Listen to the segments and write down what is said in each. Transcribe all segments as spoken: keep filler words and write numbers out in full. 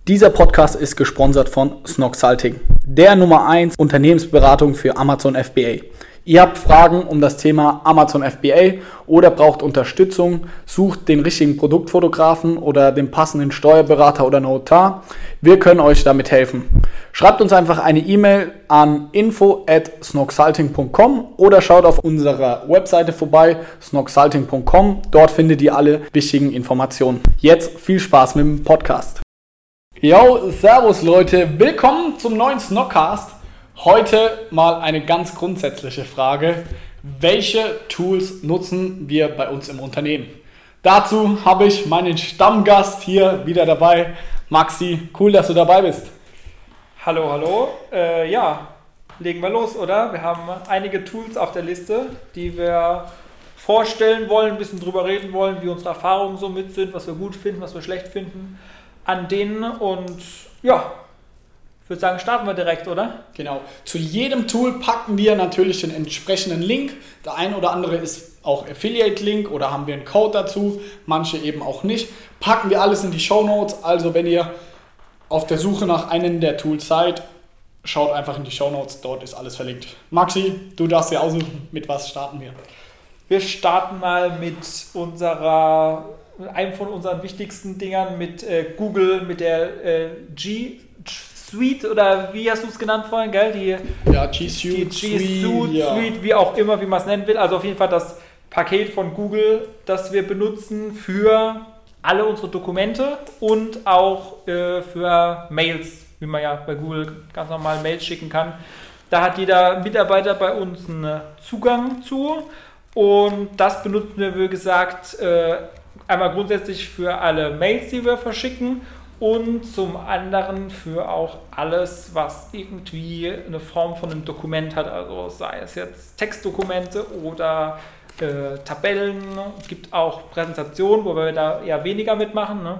Dieser Podcast ist gesponsert von Snoxalting, der Nummer eins Unternehmensberatung für Amazon F B A. Ihr habt Fragen um das Thema Amazon F B A oder braucht Unterstützung, sucht den richtigen Produktfotografen oder den passenden Steuerberater oder Notar. Wir können euch damit helfen. Schreibt uns einfach eine E-Mail an info at snoxalting punkt com oder schaut auf unserer Webseite vorbei, snoxalting punkt com. Dort findet ihr alle wichtigen Informationen. Jetzt viel Spaß mit dem Podcast. Yo, servus Leute, willkommen zum neuen Snockcast. Heute mal eine ganz grundsätzliche Frage. Welche Tools nutzen wir bei uns im Unternehmen? Dazu habe ich meinen Stammgast hier wieder dabei, Maxi. Cool, dass du dabei bist. Hallo, hallo. Äh, ja, legen wir los, oder? Wir haben einige Tools auf der Liste, die wir vorstellen wollen, ein bisschen drüber reden wollen, wie unsere Erfahrungen so mit sind, was wir gut finden, was wir schlecht finden an denen. Und ja, ich würde sagen, starten wir direkt, oder? Genau. Zu jedem Tool packen wir natürlich den entsprechenden Link. Der ein oder andere ist auch Affiliate-Link oder haben wir einen Code dazu, manche eben auch nicht. Packen wir alles in die Shownotes. Also wenn ihr auf der Suche nach einem der Tools seid, schaut einfach in die Shownotes, dort ist alles verlinkt. Maxi, du darfst dir aussuchen, mit was starten wir? Wir starten mal mit unserer, einem von unseren wichtigsten Dingern, mit äh, Google, mit der äh, G Suite, oder wie hast du es genannt vorhin, gell? Die, ja, G Suite, G Suite, ja. Suite, wie auch immer, wie man es nennen will. Also auf jeden Fall das Paket von Google, das wir benutzen für alle unsere Dokumente und auch äh, für Mails, wie man ja bei Google ganz normal Mails schicken kann. Da hat jeder Mitarbeiter bei uns einen Zugang zu und das benutzen wir, wie gesagt, äh, einmal grundsätzlich für alle Mails, die wir verschicken und zum anderen für auch alles, was irgendwie eine Form von einem Dokument hat, also sei es jetzt Textdokumente oder Äh, Tabellen. Es gibt auch Präsentationen, wo wir da eher weniger mitmachen. Ne?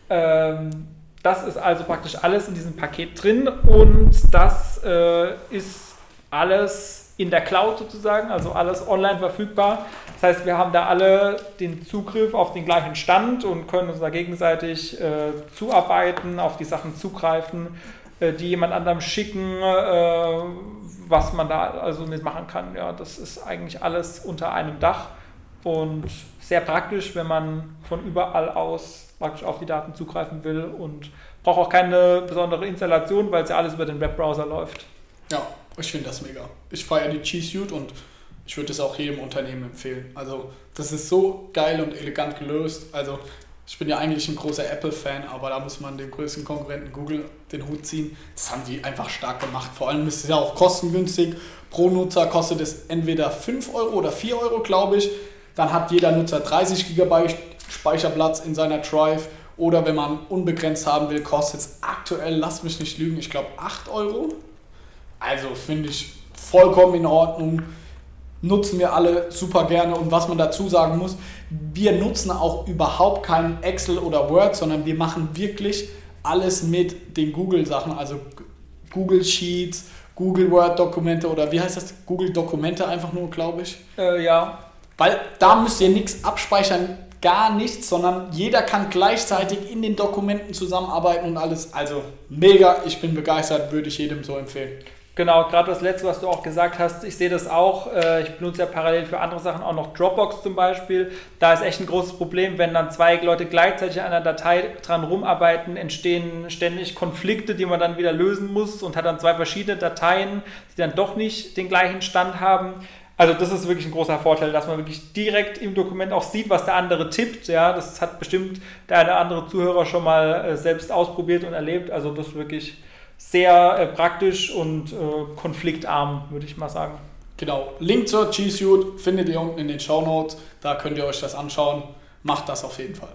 Ähm, das ist also praktisch alles in diesem Paket drin und das äh, ist alles in der Cloud sozusagen, also alles online verfügbar. Das heißt, wir haben da alle den Zugriff auf den gleichen Stand und können uns da gegenseitig äh, zuarbeiten, auf die Sachen zugreifen, äh, die jemand anderem schicken, äh, was man da also mitmachen kann. Ja, das ist eigentlich alles unter einem Dach und sehr praktisch, wenn man von überall aus praktisch auf die Daten zugreifen will und braucht auch keine besondere Installation, weil es ja alles über den Webbrowser läuft. Ja, ich finde das mega. Ich feiere die G Suite und ich würde es auch jedem Unternehmen empfehlen. Also das ist so geil und elegant gelöst. Also ich bin ja eigentlich ein großer Apple-Fan, aber da muss man dem größten Konkurrenten Google den Hut ziehen. Das haben die einfach stark gemacht. Vor allem ist es ja auch kostengünstig. Pro Nutzer kostet es entweder fünf Euro oder vier Euro, glaube ich. Dann hat jeder Nutzer dreißig Gigabyte Speicherplatz in seiner Drive. Oder wenn man unbegrenzt haben will, kostet es aktuell, lasst mich nicht lügen, ich glaube acht Euro. Also finde ich vollkommen in Ordnung. Nutzen wir alle super gerne und was man dazu sagen muss, wir nutzen auch überhaupt kein Excel oder Word, sondern wir machen wirklich alles mit den Google-Sachen, also Google Sheets, Google Word-Dokumente oder wie heißt das? Google Dokumente einfach nur, glaube ich. Äh, ja. Weil da müsst ihr nichts abspeichern, gar nichts, sondern jeder kann gleichzeitig in den Dokumenten zusammenarbeiten und alles. Also mega, ich bin begeistert, würde ich jedem so empfehlen. Genau, gerade das Letzte, was du auch gesagt hast, ich sehe das auch, ich benutze ja parallel für andere Sachen auch noch Dropbox zum Beispiel. Da ist echt ein großes Problem, wenn dann zwei Leute gleichzeitig an einer Datei dran rumarbeiten, entstehen ständig Konflikte, die man dann wieder lösen muss und hat dann zwei verschiedene Dateien, die dann doch nicht den gleichen Stand haben. Also das ist wirklich ein großer Vorteil, dass man wirklich direkt im Dokument auch sieht, was der andere tippt. Ja, das hat bestimmt der eine oder andere Zuhörer schon mal selbst ausprobiert und erlebt. Also das ist wirklich sehr äh, praktisch und äh, konfliktarm, würde ich mal sagen. Genau, Link zur G Suite findet ihr unten in den Shownotes, da könnt ihr euch das anschauen. Macht das auf jeden Fall.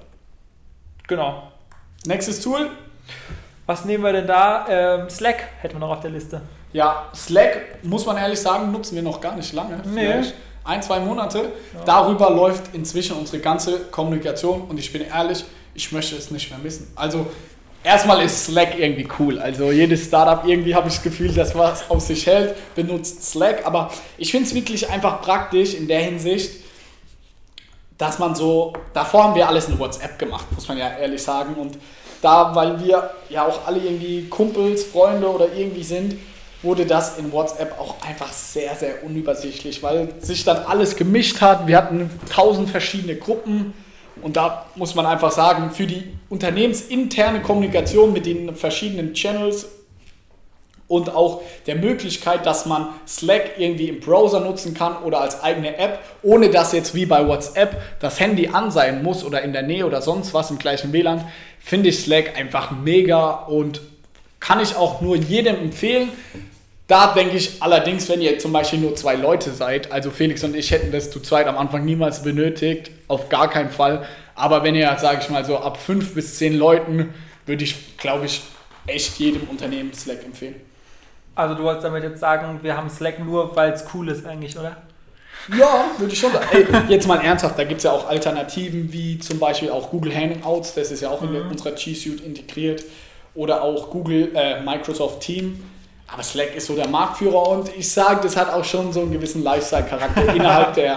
Genau. Nächstes Tool. Was nehmen wir denn da? Ähm, Slack hätten wir noch auf der Liste. Ja, Slack, muss man ehrlich sagen, nutzen wir noch gar nicht lange. Nee. Vielleicht ein, zwei Monate. Ja. Darüber läuft inzwischen unsere ganze Kommunikation und ich bin ehrlich, ich möchte es nicht mehr missen. Also erstmal ist Slack irgendwie cool. Also jedes Startup, irgendwie habe ich das Gefühl, dass was auf sich hält, benutzt Slack. Aber ich finde es wirklich einfach praktisch in der Hinsicht, dass man so, davor haben wir alles in WhatsApp gemacht, muss man ja ehrlich sagen. Und da, weil wir ja auch alle irgendwie Kumpels, Freunde oder irgendwie sind, wurde das in WhatsApp auch einfach sehr, sehr unübersichtlich, weil sich dann alles gemischt hat. Wir hatten tausend verschiedene Gruppen und da muss man einfach sagen, für die unternehmensinterne Kommunikation mit den verschiedenen Channels und auch der Möglichkeit, dass man Slack irgendwie im Browser nutzen kann oder als eigene App, ohne dass jetzt wie bei WhatsApp das Handy an sein muss oder in der Nähe oder sonst was im gleichen W L A N, finde ich Slack einfach mega und kann ich auch nur jedem empfehlen. Da denke ich allerdings, wenn ihr zum Beispiel nur zwei Leute seid, also Felix und ich hätten das zu zweit am Anfang niemals benötigt, auf gar keinen Fall. Aber wenn ihr, sage ich mal so, ab fünf bis zehn Leuten, würde ich, glaube ich, echt jedem Unternehmen Slack empfehlen. Also du wolltest damit jetzt sagen, wir haben Slack nur, weil es cool ist eigentlich, oder? Ja, würde ich schon sagen. Ey, jetzt mal ernsthaft, da gibt es ja auch Alternativen, wie zum Beispiel auch Google Hangouts, das ist ja auch mhm. in unserer G Suite integriert. Oder auch Google, äh, Microsoft Teams. Aber Slack ist so der Marktführer und ich sage, das hat auch schon so einen gewissen Lifestyle-Charakter innerhalb der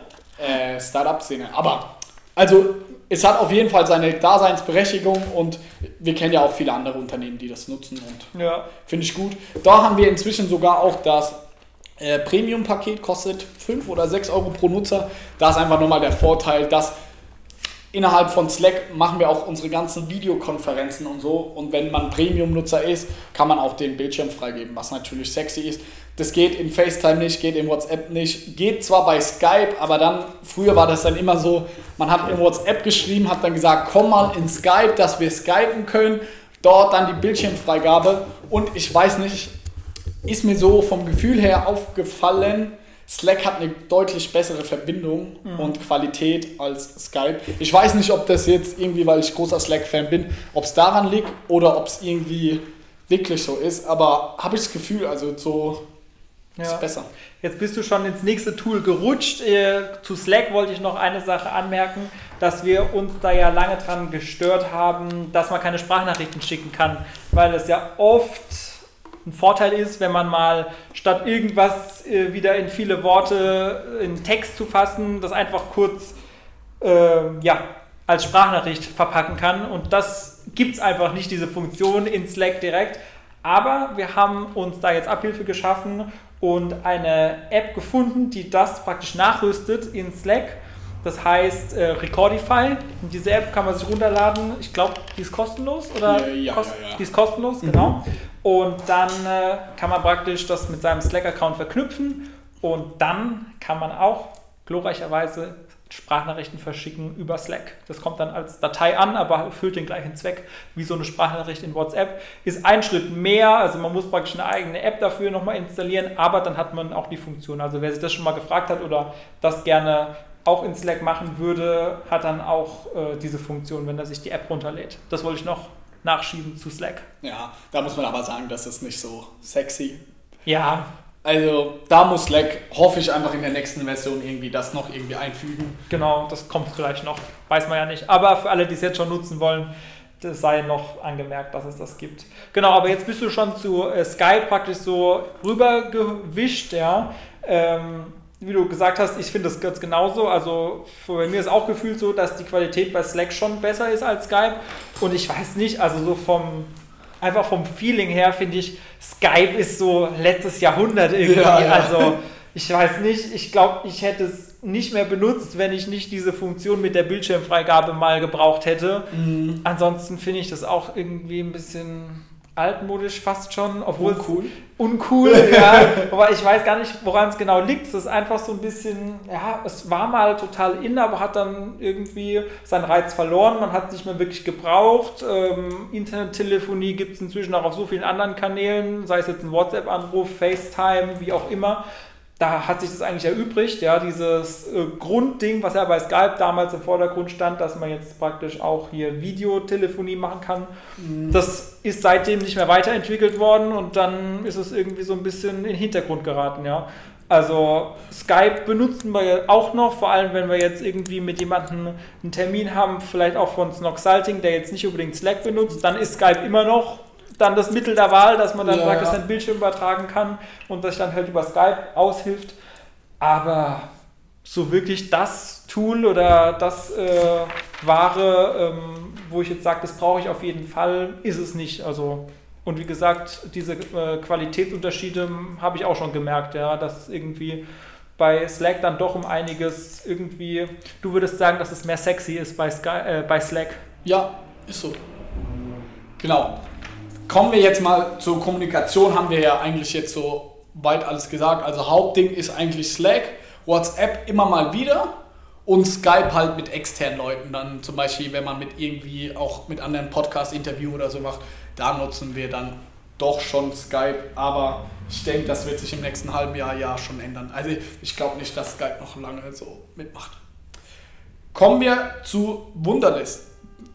äh, Startup-Szene. Aber, also, es hat auf jeden Fall seine Daseinsberechtigung und wir kennen ja auch viele andere Unternehmen, die das nutzen und ja. Finde ich gut. Da haben wir inzwischen sogar auch das äh, Premium-Paket, kostet fünf oder sechs Euro pro Nutzer. Da ist einfach nochmal der Vorteil, dass innerhalb von Slack machen wir auch unsere ganzen Videokonferenzen und so. Und wenn man Premium-Nutzer ist, kann man auch den Bildschirm freigeben, was natürlich sexy ist. Das geht in FaceTime nicht, geht in WhatsApp nicht. Geht zwar bei Skype, aber dann, früher war das dann immer so, man hat in WhatsApp geschrieben, hat dann gesagt, komm mal in Skype, dass wir skypen können. Dort dann die Bildschirmfreigabe. Und ich weiß nicht, ist mir so vom Gefühl her aufgefallen, Slack hat eine deutlich bessere Verbindung mhm. und Qualität als Skype. Ich weiß nicht, ob das jetzt irgendwie, weil ich großer Slack-Fan bin, ob es daran liegt oder ob es irgendwie wirklich so ist. Aber habe ich das Gefühl, also so ja. ist besser. Jetzt bist du schon ins nächste Tool gerutscht. Äh, zu Slack wollte ich noch eine Sache anmerken, dass wir uns da ja lange dran gestört haben, dass man keine Sprachnachrichten schicken kann, weil es ja oft ein Vorteil ist, wenn man mal statt irgendwas äh, wieder in viele Worte in Text zu fassen, das einfach kurz äh, ja, als Sprachnachricht verpacken kann. Und das gibt es einfach nicht, diese Funktion in Slack direkt. Aber wir haben uns da jetzt Abhilfe geschaffen und eine App gefunden, die das praktisch nachrüstet in Slack. Das heißt äh, Recordify. Und diese App kann man sich runterladen. Ich glaube, die ist kostenlos, oder? Ja, ja, Kost- ja, ja. Die ist kostenlos, mhm. genau. Und dann äh, kann man praktisch das mit seinem Slack-Account verknüpfen und dann kann man auch glorreicherweise Sprachnachrichten verschicken über Slack. Das kommt dann als Datei an, aber erfüllt den gleichen Zweck wie so eine Sprachnachricht in WhatsApp. Ist ein Schritt mehr, also man muss praktisch eine eigene App dafür nochmal installieren, aber dann hat man auch die Funktion. Also wer sich das schon mal gefragt hat oder das gerne auch in Slack machen würde, hat dann auch äh, diese Funktion, wenn er sich die App runterlädt. Das wollte ich noch nachschieben zu Slack. Ja, da muss man aber sagen, das ist nicht so sexy. Ja. Also da muss Slack, hoffe ich, einfach in der nächsten Version irgendwie das noch irgendwie einfügen. Genau, das kommt vielleicht noch, weiß man ja nicht. Aber für alle, die es jetzt schon nutzen wollen, das sei noch angemerkt, dass es das gibt. Genau, aber jetzt bist du schon zu äh, Skype praktisch so rübergewischt, ja. Ähm, wie du gesagt hast, ich finde das ganz genauso. Also bei mir ist auch gefühlt so, dass die Qualität bei Slack schon besser ist als Skype. Und ich weiß nicht, also so vom, einfach vom Feeling her finde ich, Skype ist so letztes Jahrhundert irgendwie. Ja, ja. Also ich weiß nicht, ich glaube, ich hätte es nicht mehr benutzt, wenn ich nicht diese Funktion mit der Bildschirmfreigabe mal gebraucht hätte. Mhm. Ansonsten finde ich das auch irgendwie ein bisschen altmodisch fast schon, obwohl uncool. Uncool, ja. Aber ich weiß gar nicht, woran es genau liegt. Es ist einfach so ein bisschen, ja, es war mal total in, aber hat dann irgendwie seinen Reiz verloren. Man hat es nicht mehr wirklich gebraucht. Ähm, Internettelefonie gibt es inzwischen auch auf so vielen anderen Kanälen, sei es jetzt ein WhatsApp-Anruf, FaceTime, wie auch immer. Da hat sich das eigentlich erübrigt, ja, dieses äh, Grundding, was ja bei Skype damals im Vordergrund stand, dass man jetzt praktisch auch hier Videotelefonie machen kann. Mhm. Das ist seitdem nicht mehr weiterentwickelt worden und dann ist es irgendwie so ein bisschen in den Hintergrund geraten, ja. Also Skype benutzen wir auch noch, vor allem wenn wir jetzt irgendwie mit jemandem einen Termin haben, vielleicht auch von Snoxalting, der jetzt nicht unbedingt Slack benutzt, dann ist Skype immer noch dann das Mittel der Wahl, dass man dann ja, praktisch seinen Bildschirm übertragen kann und das dann halt über Skype aushilft. Aber so wirklich das Tool oder das äh, Wahre, ähm, wo ich jetzt sage, das brauche ich auf jeden Fall, ist es nicht. Also, und wie gesagt, diese äh, Qualitätsunterschiede habe ich auch schon gemerkt, ja, dass es irgendwie bei Slack dann doch um einiges irgendwie, du würdest sagen, dass es mehr sexy ist bei, Sky, äh, bei Slack. Ja, ist so. Genau. Kommen wir jetzt mal zur Kommunikation, haben wir ja eigentlich jetzt so weit alles gesagt. Also Hauptding ist eigentlich Slack, WhatsApp immer mal wieder und Skype halt mit externen Leuten. Dann zum Beispiel, wenn man mit irgendwie auch mit anderen Podcast-Interview oder so macht, da nutzen wir dann doch schon Skype. Aber ich denke, das wird sich im nächsten halben Jahr, Jahr schon ändern. Also ich glaube nicht, dass Skype noch lange so mitmacht. Kommen wir zu Wunderlist.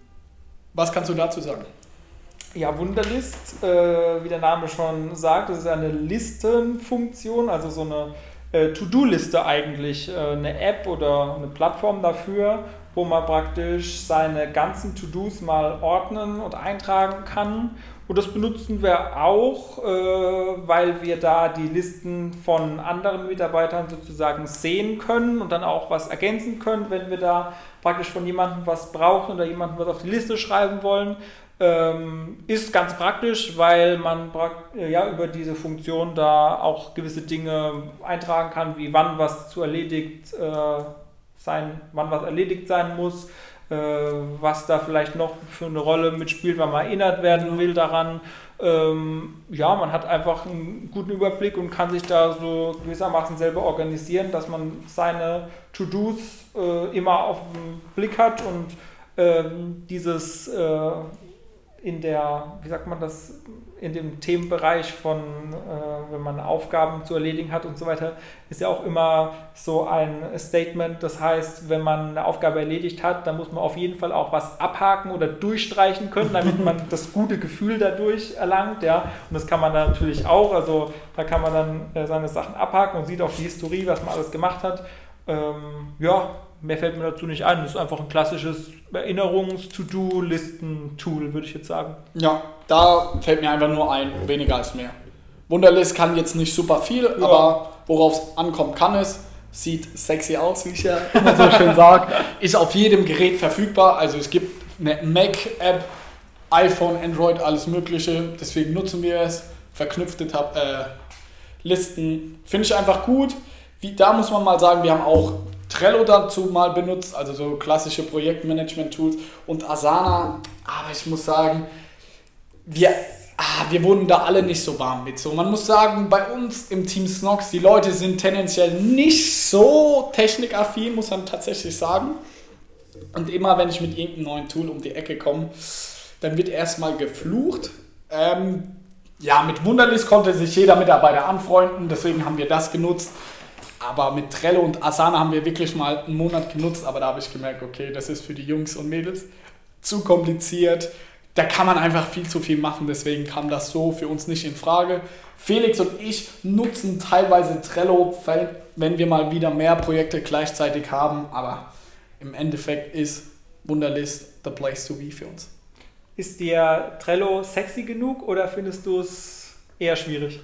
Was kannst du dazu sagen? Ja, Wunderlist, äh, wie der Name schon sagt, das ist eine Listenfunktion, also so eine äh, To-Do-Liste eigentlich, äh, eine App oder eine Plattform dafür, wo man praktisch seine ganzen To-Dos mal ordnen und eintragen kann. Und das benutzen wir auch, äh, weil wir da die Listen von anderen Mitarbeitern sozusagen sehen können und dann auch was ergänzen können, wenn wir da praktisch von jemandem was brauchen oder jemandem was auf die Liste schreiben wollen. Ähm, ist ganz praktisch, weil man ja, über diese Funktion da auch gewisse Dinge eintragen kann, wie wann was zu erledigt äh, sein, wann was erledigt sein muss, äh, was da vielleicht noch für eine Rolle mitspielt, weil man erinnert werden will daran. Ähm, ja, man hat einfach einen guten Überblick und kann sich da so gewissermaßen selber organisieren, dass man seine To-Dos äh, immer auf den Blick hat und äh, dieses äh, in der, wie sagt man das, in dem Themenbereich von, äh, wenn man Aufgaben zu erledigen hat und so weiter, ist ja auch immer so ein Statement, das heißt, wenn man eine Aufgabe erledigt hat, dann muss man auf jeden Fall auch was abhaken oder durchstreichen können, damit man das gute Gefühl dadurch erlangt, ja, und das kann man dann natürlich auch, also da kann man dann äh, seine Sachen abhaken und sieht auch die Historie, was man alles gemacht hat, ähm, ja, mehr fällt mir dazu nicht ein. Das ist einfach ein klassisches Erinnerungs-To-Do-Listen-Tool, würde ich jetzt sagen. Ja, da fällt mir einfach nur ein, weniger als mehr. Wunderlist kann jetzt nicht super viel, ja. Aber worauf es ankommt, kann es. Sieht sexy aus, wie ich ja immer so schön sage. Ist auf jedem Gerät verfügbar. Also es gibt eine Mac-App, iPhone, Android, alles mögliche. Deswegen nutzen wir es. Verknüpfte äh, Listen. Finde ich einfach gut. Wie, da muss man mal sagen, wir haben auch Trello dazu mal benutzt, also so klassische Projektmanagement-Tools und Asana, aber ich muss sagen, wir, ah, wir wurden da alle nicht so warm mit. So, man muss sagen, bei uns im Team Snox, die Leute sind tendenziell nicht so technikaffin, muss man tatsächlich sagen. Und immer, wenn ich mit irgendeinem neuen Tool um die Ecke komme, dann wird erstmal geflucht. Ähm, ja, mit Wunderlist konnte sich jeder Mitarbeiter anfreunden, deswegen haben wir das genutzt. Aber mit Trello und Asana haben wir wirklich mal einen Monat genutzt, aber da habe ich gemerkt, okay, das ist für die Jungs und Mädels zu kompliziert. Da kann man einfach viel zu viel machen, deswegen kam das so für uns nicht in Frage. Felix und ich nutzen teilweise Trello, wenn wir mal wieder mehr Projekte gleichzeitig haben, aber im Endeffekt ist Wunderlist the place to be für uns. Ist dir Trello sexy genug oder findest du es eher schwierig?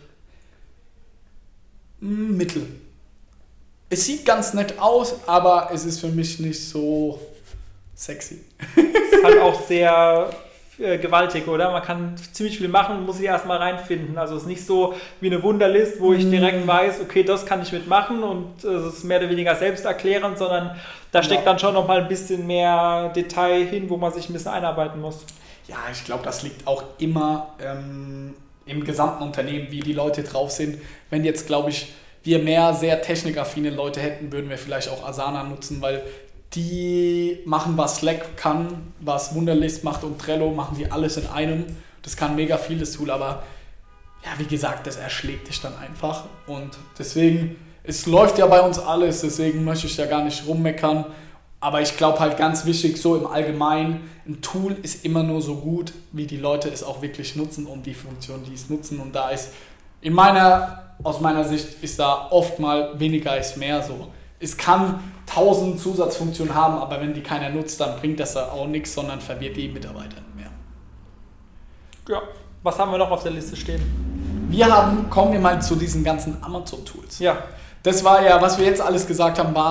Mittel. Es sieht ganz nett aus, aber es ist für mich nicht so sexy. Ist halt auch sehr äh, gewaltig, oder? Man kann ziemlich viel machen und muss sich erstmal reinfinden. Also es ist nicht so wie eine Wunderlist, wo ich direkt weiß, okay, das kann ich mitmachen und äh, es ist mehr oder weniger selbsterklärend, sondern da steckt ja dann schon noch mal ein bisschen mehr Detail hin, wo man sich ein bisschen einarbeiten muss. Ja, ich glaube, das liegt auch immer ähm, im gesamten Unternehmen, wie die Leute drauf sind. Wenn jetzt, glaube ich, wir mehr sehr technikaffine Leute hätten, würden wir vielleicht auch Asana nutzen, weil die machen, was Slack kann, was Wunderlist macht und Trello, machen die alles in einem. Das kann mega viel, das Tool, aber ja, wie gesagt, das erschlägt dich dann einfach. Und deswegen, es läuft ja bei uns alles, deswegen möchte ich ja gar nicht rummeckern. Aber ich glaube halt ganz wichtig, so im Allgemeinen, ein Tool ist immer nur so gut, wie die Leute es auch wirklich nutzen und die Funktion, die es nutzen. Und da ist in meiner Aus meiner Sicht ist da oft mal weniger ist mehr so. Es kann tausend Zusatzfunktionen haben, aber wenn die keiner nutzt, dann bringt das da auch nichts, sondern verwirrt die Mitarbeiter mehr. Ja, was haben wir noch auf der Liste stehen? Wir haben, kommen wir mal zu diesen ganzen Amazon-Tools. Ja. Das war ja, was wir jetzt alles gesagt haben, war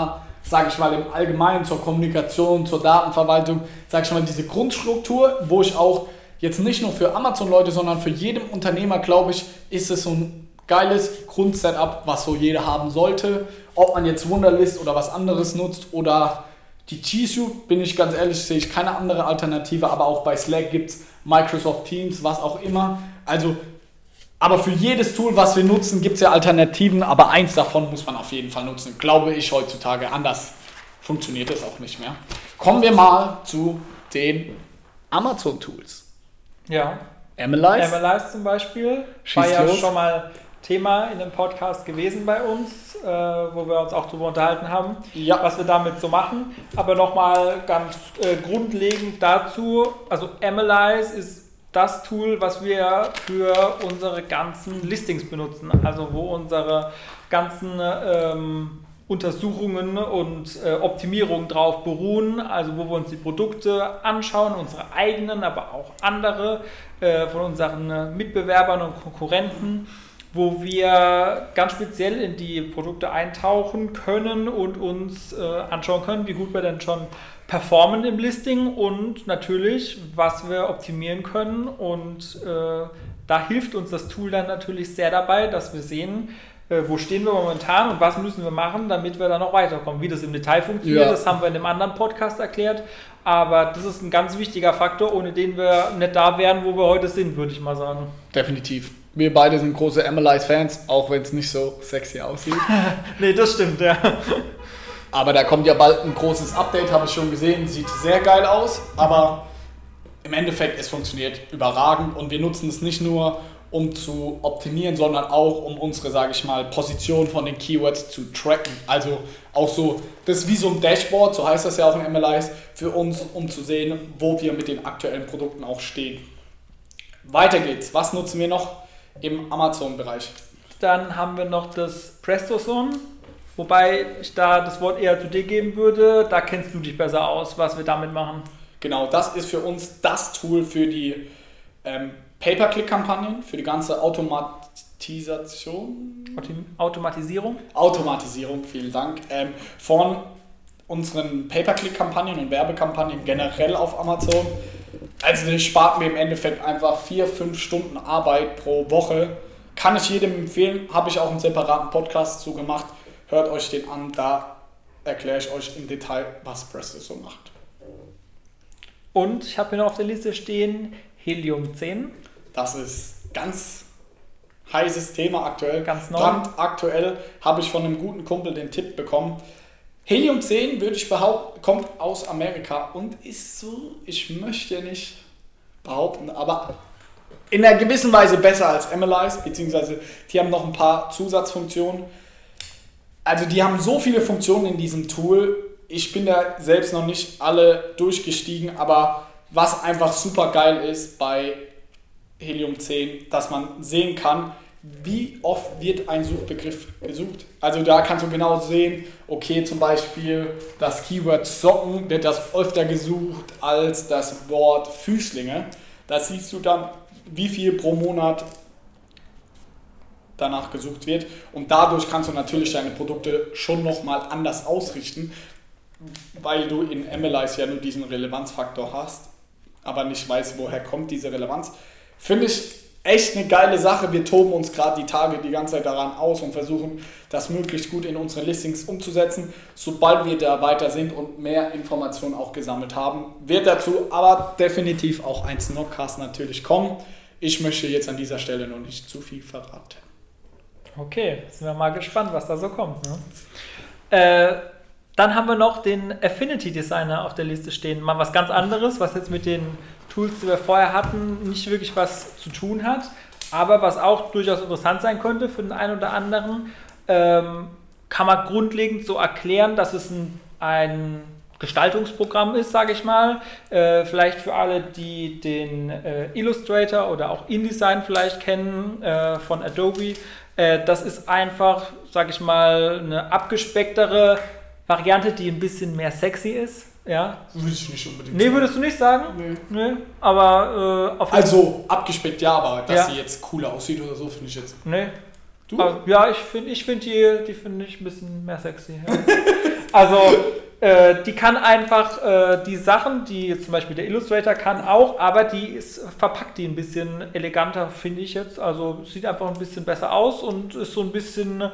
sage ich mal, im Allgemeinen zur Kommunikation, zur Datenverwaltung, sage ich mal, diese Grundstruktur, wo ich auch jetzt nicht nur für Amazon-Leute, sondern für jeden Unternehmer, glaube ich, ist es so ein geiles Grundsetup, was so jeder haben sollte. Ob man jetzt Wunderlist oder was anderes nutzt oder die G Suite, bin ich ganz ehrlich, sehe ich keine andere Alternative, aber auch bei Slack gibt es Microsoft Teams, was auch immer. Also, aber für jedes Tool, was wir nutzen, gibt es ja Alternativen, aber eins davon muss man auf jeden Fall nutzen, glaube ich heutzutage. Anders funktioniert es auch nicht mehr. Kommen wir mal zu den Amazon-Tools. Ja. Analyze. Analyze zum Beispiel. Schieß war ja los. schon mal Thema in dem Podcast gewesen bei uns, äh, wo wir uns auch darüber unterhalten haben, Ja. was wir damit so machen. Aber nochmal ganz äh, grundlegend dazu, also Analyze ist das Tool, was wir für unsere ganzen Listings benutzen, also wo unsere ganzen ähm, Untersuchungen und äh, Optimierungen drauf beruhen, also wo wir uns die Produkte anschauen, unsere eigenen, aber auch andere äh, von unseren Mitbewerbern und Konkurrenten, wo wir ganz speziell in die Produkte eintauchen können und uns äh, anschauen können, wie gut wir denn schon performen im Listing und natürlich, was wir optimieren können. Und äh, da hilft uns das Tool dann natürlich sehr dabei, dass wir sehen, äh, wo stehen wir momentan und was müssen wir machen, damit wir da noch weiterkommen. Wie das im Detail funktioniert, Ja. das haben wir in einem anderen Podcast erklärt. Aber das ist ein ganz wichtiger Faktor, ohne den wir nicht da wären, wo wir heute sind, würde ich mal sagen. Definitiv. Wir beide sind große Analyze-Fans, auch wenn es nicht so sexy aussieht. Nee, das stimmt, ja. Aber da kommt ja bald ein großes Update, habe ich schon gesehen. Sieht sehr geil aus, aber im Endeffekt, es funktioniert überragend. Und wir nutzen es nicht nur, um zu optimieren, sondern auch, um unsere, sage ich mal, Position von den Keywords zu tracken. Also auch so, das ist wie so ein Dashboard, so heißt das ja auch in Analyze, für uns, um zu sehen, wo wir mit den aktuellen Produkten auch stehen. Weiter geht's. Was nutzen wir noch im Amazon-Bereich? Dann haben wir noch das PrestoZone, wobei ich da das Wort eher zu dir geben würde. Da kennst du dich besser aus, was wir damit machen. Genau, das ist für uns das Tool für die ähm, Pay-per-Click-Kampagnen, für die ganze Automatisation. Automatisierung? Automatisierung, vielen Dank. Ähm, von unseren Pay-per-Click-Kampagnen und Werbekampagnen generell auf Amazon. Also das spart mir im Endeffekt einfach vier, fünf Stunden Arbeit pro Woche. Kann ich jedem empfehlen, habe ich auch einen separaten Podcast zu gemacht. Hört euch den an, da erkläre ich euch im Detail, was PrestoZone macht. Und ich habe hier noch auf der Liste stehen Helium zehn. Das ist ganz heißes Thema aktuell. Ganz neu. Brandaktuell habe ich von einem guten Kumpel den Tipp bekommen. Helium zehn, würde ich behaupten, kommt aus Amerika und ist so, ich möchte nicht behaupten, aber in einer gewissen Weise besser als Analyze, beziehungsweise die haben noch ein paar Zusatzfunktionen. Also die haben so viele Funktionen in diesem Tool. Ich bin da selbst noch nicht alle durchgestiegen, aber was einfach super geil ist bei Helium zehn, dass man sehen kann, wie oft wird ein Suchbegriff gesucht. Also da kannst du genau sehen, okay, zum Beispiel das Keyword Socken wird das öfter gesucht als das Wort Füßlinge. Da siehst du dann, wie viel pro Monat danach gesucht wird und dadurch kannst du natürlich deine Produkte schon nochmal anders ausrichten, weil du in Analyze ja nur diesen Relevanzfaktor hast, aber nicht weißt, woher kommt diese Relevanz. Finde ich echt eine geile Sache. Wir toben uns gerade die Tage die ganze Zeit daran aus und versuchen, das möglichst gut in unsere Listings umzusetzen. Sobald wir da weiter sind und mehr Informationen auch gesammelt haben, wird dazu aber definitiv auch ein Snockcast natürlich kommen. Ich möchte jetzt an dieser Stelle noch nicht zu viel verraten. Okay, sind wir mal gespannt, was da so kommt. Ne? Äh, dann haben wir noch den Affinity Designer auf der Liste stehen. Mal was ganz anderes, was jetzt mit den Tools, die wir vorher hatten, nicht wirklich was zu tun hat, aber was auch durchaus interessant sein könnte für den einen oder anderen, ähm, kann man grundlegend so erklären, dass es ein, ein Gestaltungsprogramm ist, sage ich mal. Äh, vielleicht für alle, die den äh, Illustrator oder auch InDesign vielleicht kennen äh, von Adobe. Äh, das ist einfach, sage ich mal, eine abgespecktere Variante, die ein bisschen mehr sexy ist. Ja. Würde ich nicht unbedingt Nee, sagen. würdest du nicht sagen? Nee. Nee, aber äh, auf jeden Also abgespeckt ja, aber dass Ja. sie jetzt cooler aussieht oder so, finde ich jetzt. Nee. Du? Aber, ja, ich finde ich find die, die finde ich ein bisschen mehr sexy. Ja. Also äh, die kann einfach äh, die Sachen, die zum Beispiel der Illustrator kann auch, aber die ist, verpackt die ein bisschen eleganter, finde ich jetzt. Also sieht einfach ein bisschen besser aus und ist so ein bisschen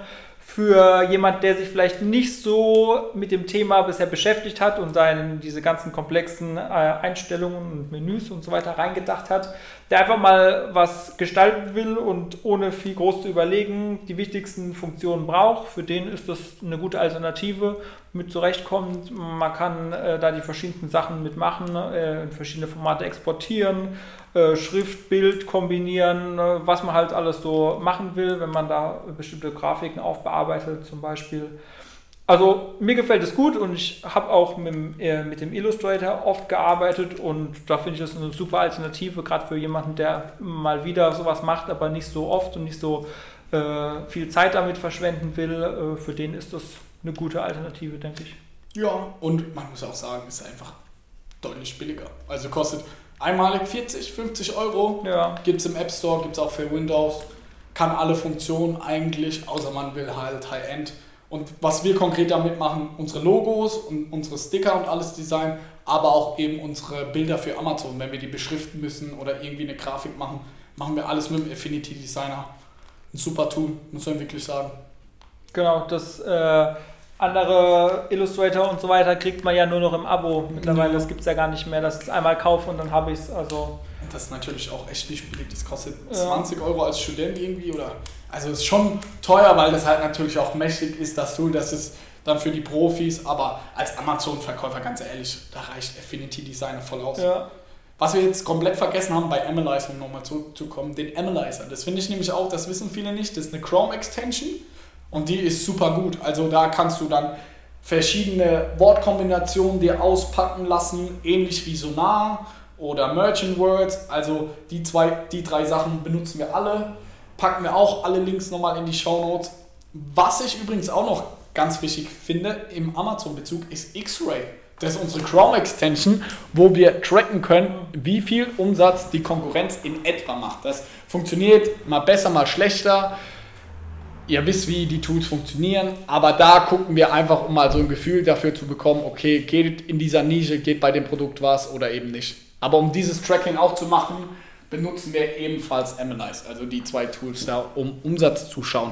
für jemand, der sich vielleicht nicht so mit dem Thema bisher beschäftigt hat und seinen, diese ganzen komplexen äh, Einstellungen und Menüs und so weiter reingedacht hat, der einfach mal was gestalten will und ohne viel groß zu überlegen die wichtigsten Funktionen braucht. Für den ist das eine gute Alternative, mit zurechtkommt. Man kann äh, da die verschiedensten Sachen mitmachen, äh, in verschiedene Formate exportieren, äh, Schrift, Bild kombinieren, äh, was man halt alles so machen will, wenn man da bestimmte Grafiken aufbearbeitet zum Beispiel. Also mir gefällt es gut und ich habe auch mit, äh, mit dem Illustrator oft gearbeitet und da finde ich das eine super Alternative, gerade für jemanden, der mal wieder sowas macht, aber nicht so oft und nicht so äh, viel Zeit damit verschwenden will. Äh, für den ist das eine gute Alternative, denke ich. Ja, und man muss auch sagen, ist einfach deutlich billiger. Also kostet einmalig vierzig, fünfzig Euro. Ja. Gibt es im App Store, gibt es auch für Windows. Kann alle Funktionen eigentlich, außer man will halt High-End. Und was wir konkret damit machen, unsere Logos und unsere Sticker und alles Design, aber auch eben unsere Bilder für Amazon. Wenn wir die beschriften müssen oder irgendwie eine Grafik machen, machen wir alles mit dem Affinity Designer. Ein super Tool, muss man wirklich sagen. Genau, das äh, andere Illustrator und so weiter kriegt man ja nur noch im Abo mittlerweile. Das gibt es ja gar nicht mehr, dass ich es einmal kaufe und dann habe ich es. Also und das ist natürlich auch echt nicht billig. Das kostet zwanzig Euro als Student irgendwie. Oder also ist schon teuer, weil das halt natürlich auch mächtig ist, das Tool. Das ist dann für die Profis. Aber als Amazon-Verkäufer, ganz ehrlich, da reicht Affinity Designer voll aus. Ja. Was wir jetzt komplett vergessen haben bei Analyze, um nochmal zurückzukommen, den Analyzer. Das finde ich nämlich auch, das wissen viele nicht, das ist eine Chrome-Extension. Und die ist super gut. Also da kannst du dann verschiedene Wortkombinationen dir auspacken lassen, ähnlich wie Sonar oder Merchant Words. Also die zwei, die drei Sachen benutzen wir alle. Packen wir auch alle Links nochmal in die Shownotes. Was ich übrigens auch noch ganz wichtig finde im Amazon-Bezug ist X-Ray. Das ist unsere Chrome-Extension, wo wir tracken können, wie viel Umsatz die Konkurrenz in etwa macht. Das funktioniert mal besser, mal schlechter. Ihr wisst, wie die Tools funktionieren, aber da gucken wir einfach, um mal so ein Gefühl dafür zu bekommen, okay, geht in dieser Nische, geht bei dem Produkt was oder eben nicht. Aber um dieses Tracking auch zu machen, benutzen wir ebenfalls Analyze, also die zwei Tools da, um Umsatz zu schauen.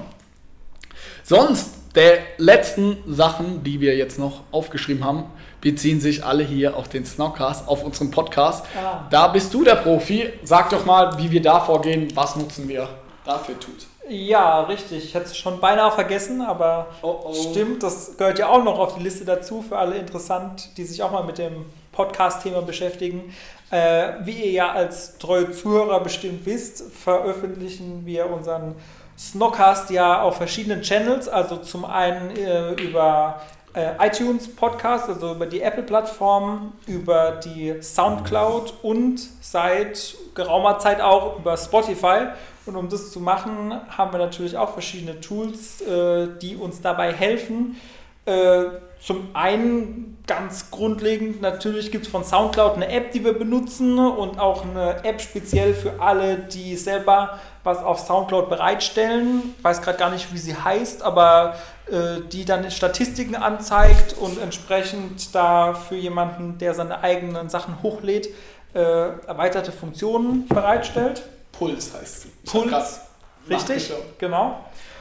Sonst, der letzten Sachen, die wir jetzt noch aufgeschrieben haben, beziehen sich alle hier auf den Snockcast, auf unseren Podcast. Ah. Da bist du der Profi. Sag doch mal, wie wir da vorgehen, was nutzen wir dafür Tools. Ja, richtig. Ich hätte es schon beinahe vergessen, aber oh oh. Stimmt, das gehört ja auch noch auf die Liste dazu für alle interessant, die sich auch mal mit dem Podcast-Thema beschäftigen. Äh, wie ihr ja als treue Zuhörer bestimmt wisst, veröffentlichen wir unseren Snockcast ja auf verschiedenen Channels, also zum einen äh, über äh, iTunes Podcast, also über die Apple-Plattform, über die Soundcloud und seit geraumer Zeit auch über Spotify. Und um das zu machen, haben wir natürlich auch verschiedene Tools, äh, die uns dabei helfen. Äh, zum einen ganz grundlegend, natürlich gibt es von Soundcloud eine App, die wir benutzen und auch eine App speziell für alle, die selber was auf Soundcloud bereitstellen. Ich weiß gerade gar nicht, wie sie heißt, aber äh, die dann Statistiken anzeigt und entsprechend da für jemanden, der seine eigenen Sachen hochlädt, äh, erweiterte Funktionen bereitstellt. Puls heißt sie. Puls, richtig, genau.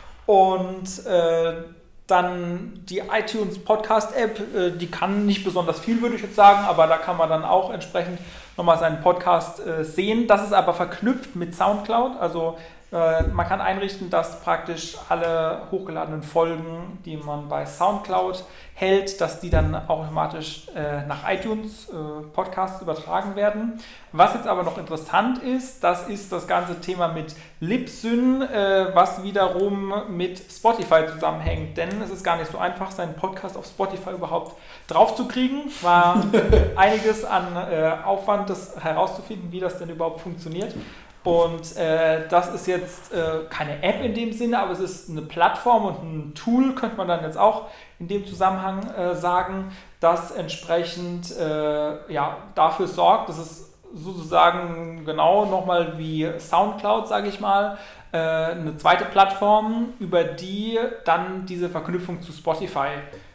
Und äh, dann die iTunes Podcast App, äh, die kann nicht besonders viel, würde ich jetzt sagen, aber da kann man dann auch entsprechend nochmal seinen Podcast äh, sehen. Das ist aber verknüpft mit Soundcloud, also äh, man kann einrichten, dass praktisch alle hochgeladenen Folgen, die man bei Soundcloud hält, dass die dann automatisch äh, nach iTunes äh, Podcasts übertragen werden. Was jetzt aber noch interessant ist, das ist das ganze Thema mit Libsyn, äh, was wiederum mit Spotify zusammenhängt. Denn es ist gar nicht so einfach, seinen Podcast auf Spotify überhaupt draufzukriegen. War einiges an äh, Aufwand, das herauszufinden, wie das denn überhaupt funktioniert. Und äh, das ist jetzt äh, keine App in dem Sinne, aber es ist eine Plattform und ein Tool, könnte man dann jetzt auch in dem Zusammenhang äh, sagen, das entsprechend äh, ja, dafür sorgt, dass es sozusagen genau nochmal wie Soundcloud, sage ich mal, äh, eine zweite Plattform, über die dann diese Verknüpfung zu Spotify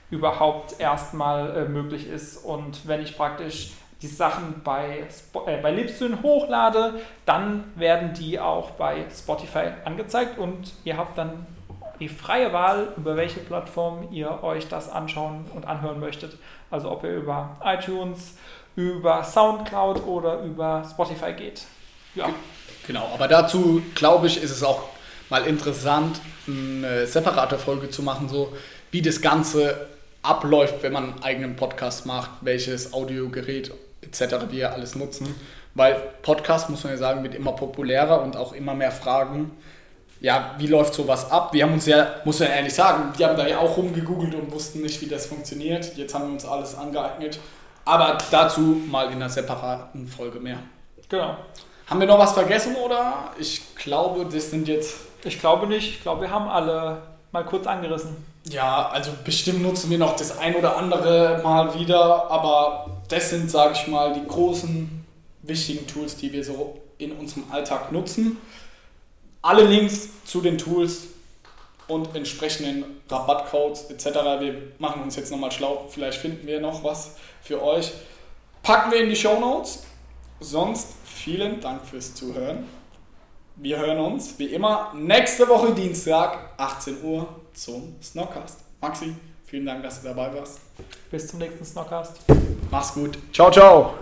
überhaupt erstmal äh, möglich ist. Und wenn ich praktisch die Sachen bei, Sp- äh, bei Libsyn hochlade, dann werden die auch bei Spotify angezeigt und ihr habt dann die freie Wahl, über welche Plattform ihr euch das anschauen und anhören möchtet. Also ob ihr über iTunes, über Soundcloud oder über Spotify geht. Ja. Genau, aber dazu, glaube ich, ist es auch mal interessant, eine separate Folge zu machen, so wie das Ganze abläuft, wenn man einen eigenen Podcast macht, welches Audiogerät et cetera wir alles nutzen. Weil Podcast, muss man ja sagen, wird immer populärer und auch immer mehr Fragen. Ja, wie läuft sowas ab? Wir haben uns ja, muss man ehrlich sagen, wir haben da ja auch rumgegoogelt und wussten nicht, wie das funktioniert. Jetzt haben wir uns alles angeeignet. Aber dazu mal in einer separaten Folge mehr. Genau. Haben wir noch was vergessen oder? Ich glaube, das sind jetzt... Ich glaube nicht. Ich glaube, wir haben alle mal kurz angerissen. Ja, also bestimmt nutzen wir noch das ein oder andere mal wieder, aber das sind, sage ich mal, die großen, wichtigen Tools, die wir so in unserem Alltag nutzen. Alle Links zu den Tools und entsprechenden Rabattcodes et cetera. Wir machen uns jetzt nochmal schlau, vielleicht finden wir noch was für euch. Packen wir in die Shownotes. Sonst vielen Dank fürs Zuhören. Wir hören uns, wie immer, nächste Woche Dienstag, achtzehn Uhr, zum Snockcast. Maxi, vielen Dank, dass du dabei warst. Bis zum nächsten Snockcast. Mach's gut. Ciao, ciao.